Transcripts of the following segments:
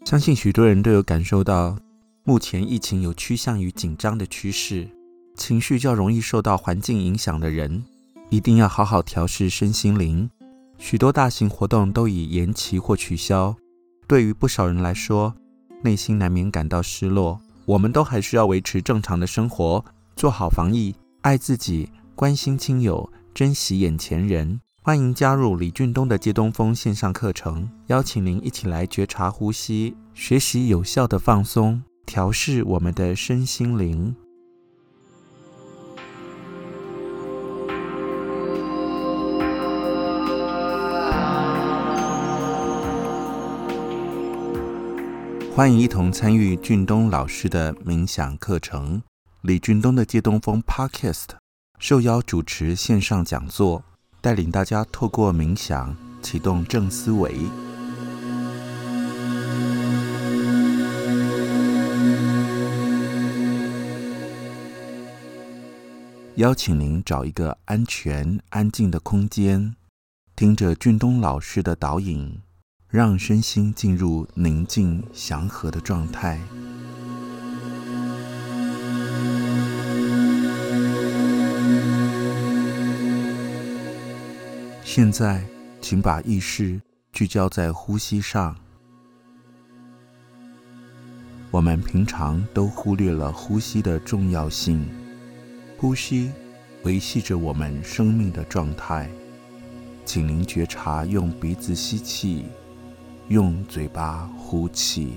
相信许多人都有感受到，目前疫情有趋向于紧张的趋势，情绪较容易受到环境影响的人，一定要好好调试身心灵。许多大型活动都已延期或取消，对于不少人来说，内心难免感到失落。我们都还需要维持正常的生活，做好防疫，爱自己，关心亲友，珍惜眼前人。欢迎加入李俊东的借东风线上课程，邀请您一起来觉察呼吸，学习有效的放松，调试我们的身心灵。欢迎一同参与俊东老师的冥想课程，李俊东的借东风 Podcast 受邀主持线上讲座，带领大家透过冥想启动正思维。邀请您找一个安全安静的空间，听着俊东老师的导引，让身心进入宁静祥和的状态。现在，请把意识聚焦在呼吸上。我们平常都忽略了呼吸的重要性，呼吸维系着我们生命的状态。请您觉察用鼻子吸气，用嘴巴呼气，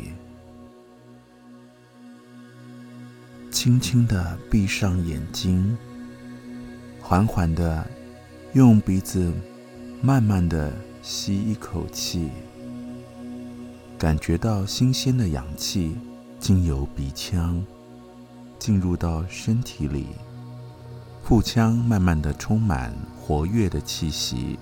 轻轻地闭上眼睛，缓缓地用鼻子慢慢地吸一口气，感觉到新鲜的氧气经由鼻腔进入到身体里，腹腔慢慢地充满活跃的气息。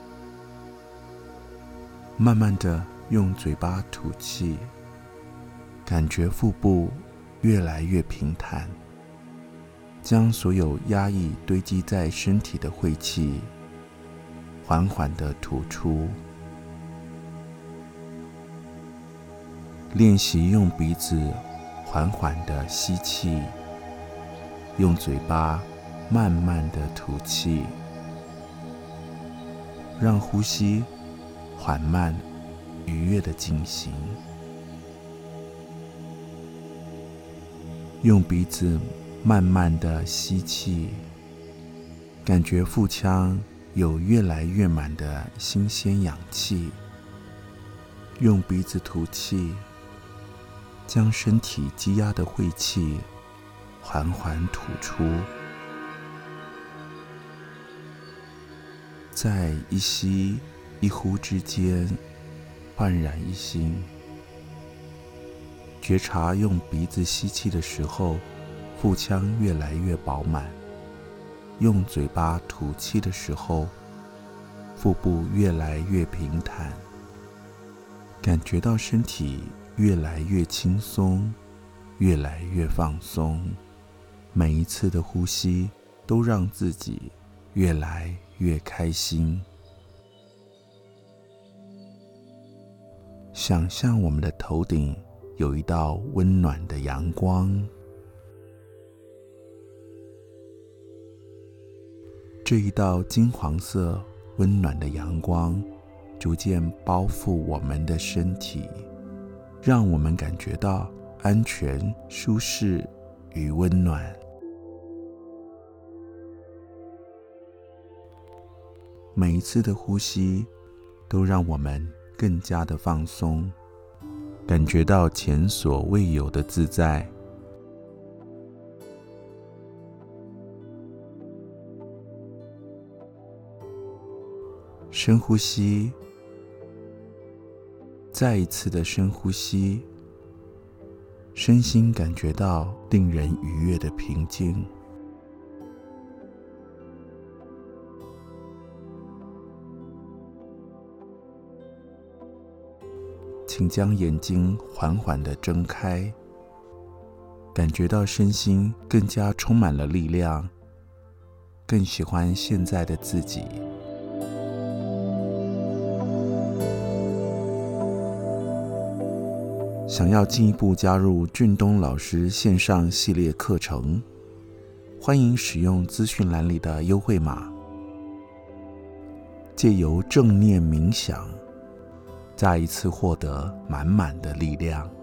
慢慢地用嘴巴吐气，感觉腹部越来越平坦，将所有压抑堆积在身体的晦气缓缓地吐出。练习用鼻子缓缓地吸气，用嘴巴慢慢地吐气，让呼吸缓慢愉悦地进行。用鼻子慢慢地吸气，感觉腹腔有越来越满的新鲜氧气。用鼻子吐气，将身体积压的晦气缓缓吐出。在一吸一呼之间焕然一新，觉察用鼻子吸气的时候，腹腔越来越饱满；用嘴巴吐气的时候，腹部越来越平坦，感觉到身体越来越轻松，越来越放松。每一次的呼吸都让自己越来越开心。想象我们的头顶有一道温暖的阳光，这一道金黄色温暖的阳光逐渐包覆我们的身体，让我们感觉到安全、舒适与温暖。每一次的呼吸都让我们更加的放松，感觉到前所未有的自在。深呼吸，再一次的深呼吸，身心感觉到令人愉悦的平静。请将眼睛缓缓地睁开，感觉到身心更加充满了力量，更喜欢现在的自己。 想要进一步加入俊东老师线上系列课程，欢迎使用资讯栏里的优惠码，借由正念冥想，再一次获得满满的力量。